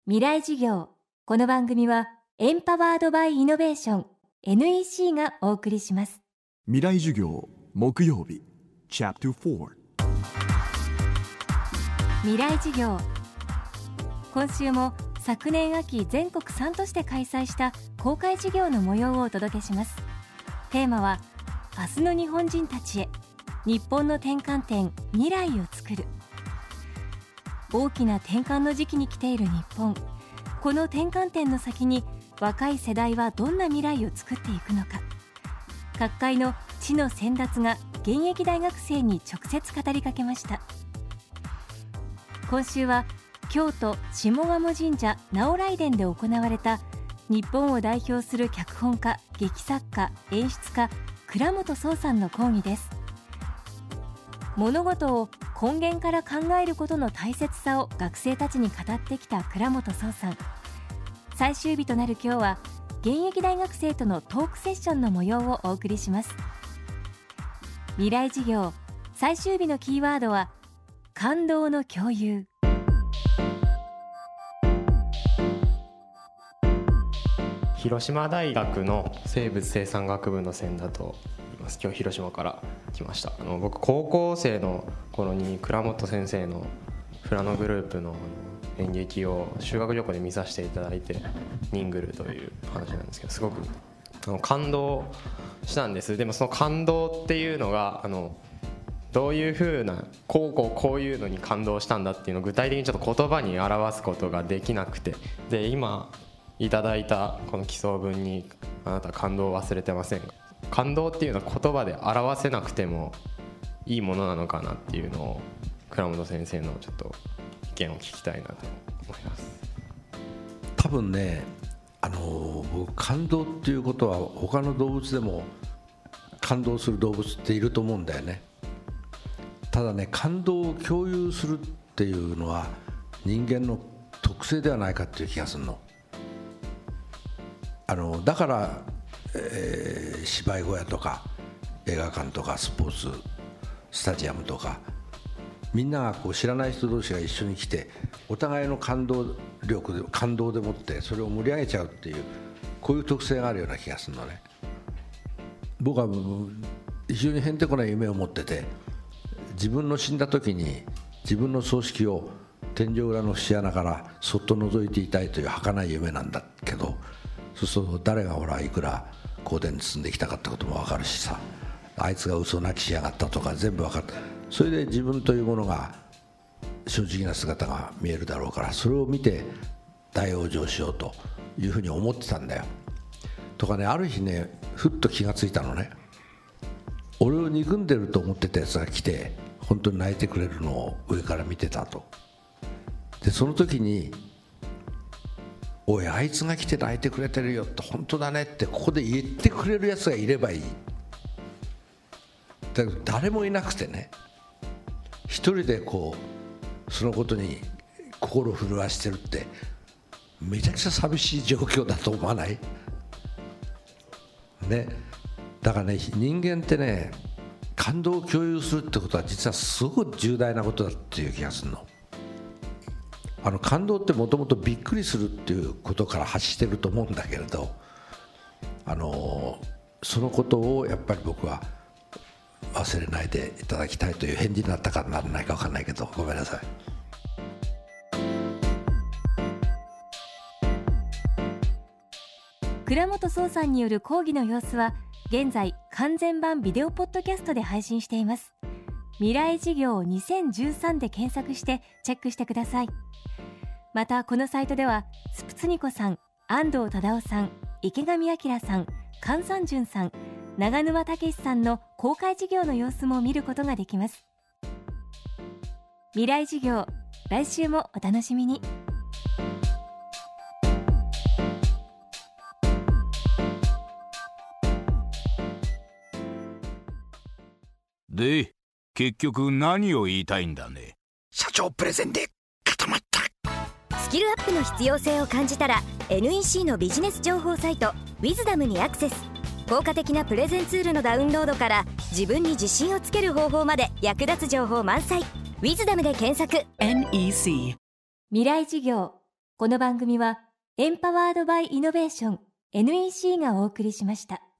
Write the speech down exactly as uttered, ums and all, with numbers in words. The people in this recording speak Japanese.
未来事業。この番組はエンパワードバイイノベーション エヌイーシー がお送りします。 未来事業木曜日チャプターフォー。 未来事業。今週も昨年秋全国さん都市で開催した公開事業の模様をお届けします。テーマは明日の日本人たちへ、日本の転換点、未来を作る。大きな転換の時期に来ている日本。この転換点の先に若い世代はどんな未来を作っていくのか。各界の知の先達が現役大学生に直接語りかけました。今週は京都下鴨神社直来殿で行われた日本を代表する脚本家、劇作家、演出家倉本聰さんの講義です。物事を根源から考えることの大切さを学生たちに語ってきた倉本聰さん。最終日となる今日は現役大学生とのトークセッションの模様をお送りします。未来事業最終日のキーワードは感動の共有。 広島大学の生物生産学部の千田と言います。今日広島から来ました。あの僕高校生の頃に倉本先生のフラノグループの演劇を修学旅行で見させていただいて、ニングルという話なんですけど、すごくあの感動したんです。でもその感動っていうのがあのどういうふうなこうこうこういうのに感動したんだっていうのを具体的にちょっと言葉に表すことができなくて、で今いただいたこの基礎文にあなた感動を忘れてませんか。感動っていうのは言葉で表せなくてもいいものなのかなっていうのを倉本先生のちょっと意見を聞きたいなと思います。 多分ね、あの僕感動っていうことは他の動物でも感動する動物っていると思うんだよね。ただね、感動を共有するっていうのは人間の特性ではないかっていう気がするの。あのだから、えー、芝居小屋とか映画館とかスポーツスタジアムとか、みんながこう知らない人同士が一緒に来てお互いの感動力で感動でもってそれを盛り上げちゃうっていう、こういう特性があるような気がするのね。僕は非常にへんてこな夢を持ってて、自分の死んだ時に自分の葬式を天井裏の節穴からそっと覗いていたいという儚い夢なんだけど、そうすると誰がほらいくら香典に包んできたかってことも分かるしさ、あいつが嘘泣きしやがったとか全部分かる。それで自分というものが正直な姿が見えるだろうから、それを見て大往生しようというふうに思ってたんだよ。とかね、ある日ね、ふっと気がついたのね。俺を憎んでると思ってたやつが来て本当に泣いてくれるのを上から見てたと。でその時に、おいあいつが来て泣いてくれてるよって本当だねってここで言ってくれるやつがいればいい。だけど誰もいなくてね、一人でこうそのことに心を震わしてるってめちゃくちゃ寂しい状況だと思わないね。だからね、人間ってね、感動を共有するってことは実はすごく重大なことだっていう気がするの。あの感動ってもともとびっくりするっていうことから発してると思うんだけれど、あのそのことをやっぱり僕は忘れないでいただきたいという返事になったかならないか分かんないけど、ごめんなさい。 倉本聰さんによる講義の様子は現在完全版ビデオポッドキャストで配信しています。未来事業にせんじゅうさんで検索してチェックしてください。またこのサイトではスプツニコさん、安藤忠雄さん、池上彰さん、菅三淳さん、長沼武さんの公開事業の様子も見ることができます。未来事業、来週もお楽しみに。 で、結局何を言いたいんだね。 社長プレゼンで固まった。 スキルアップの必要性を感じたら エヌイーシー のビジネス情報サイト ウィズダム にアクセス。効果的なプレゼンツールのダウンロードから自分に自信をつける方法まで役立つ情報満載。ウィズダムで検索。 エヌイーシー 未来事業。 この番組はエンパワードバイイノベーション エヌイーシー がお送りしました。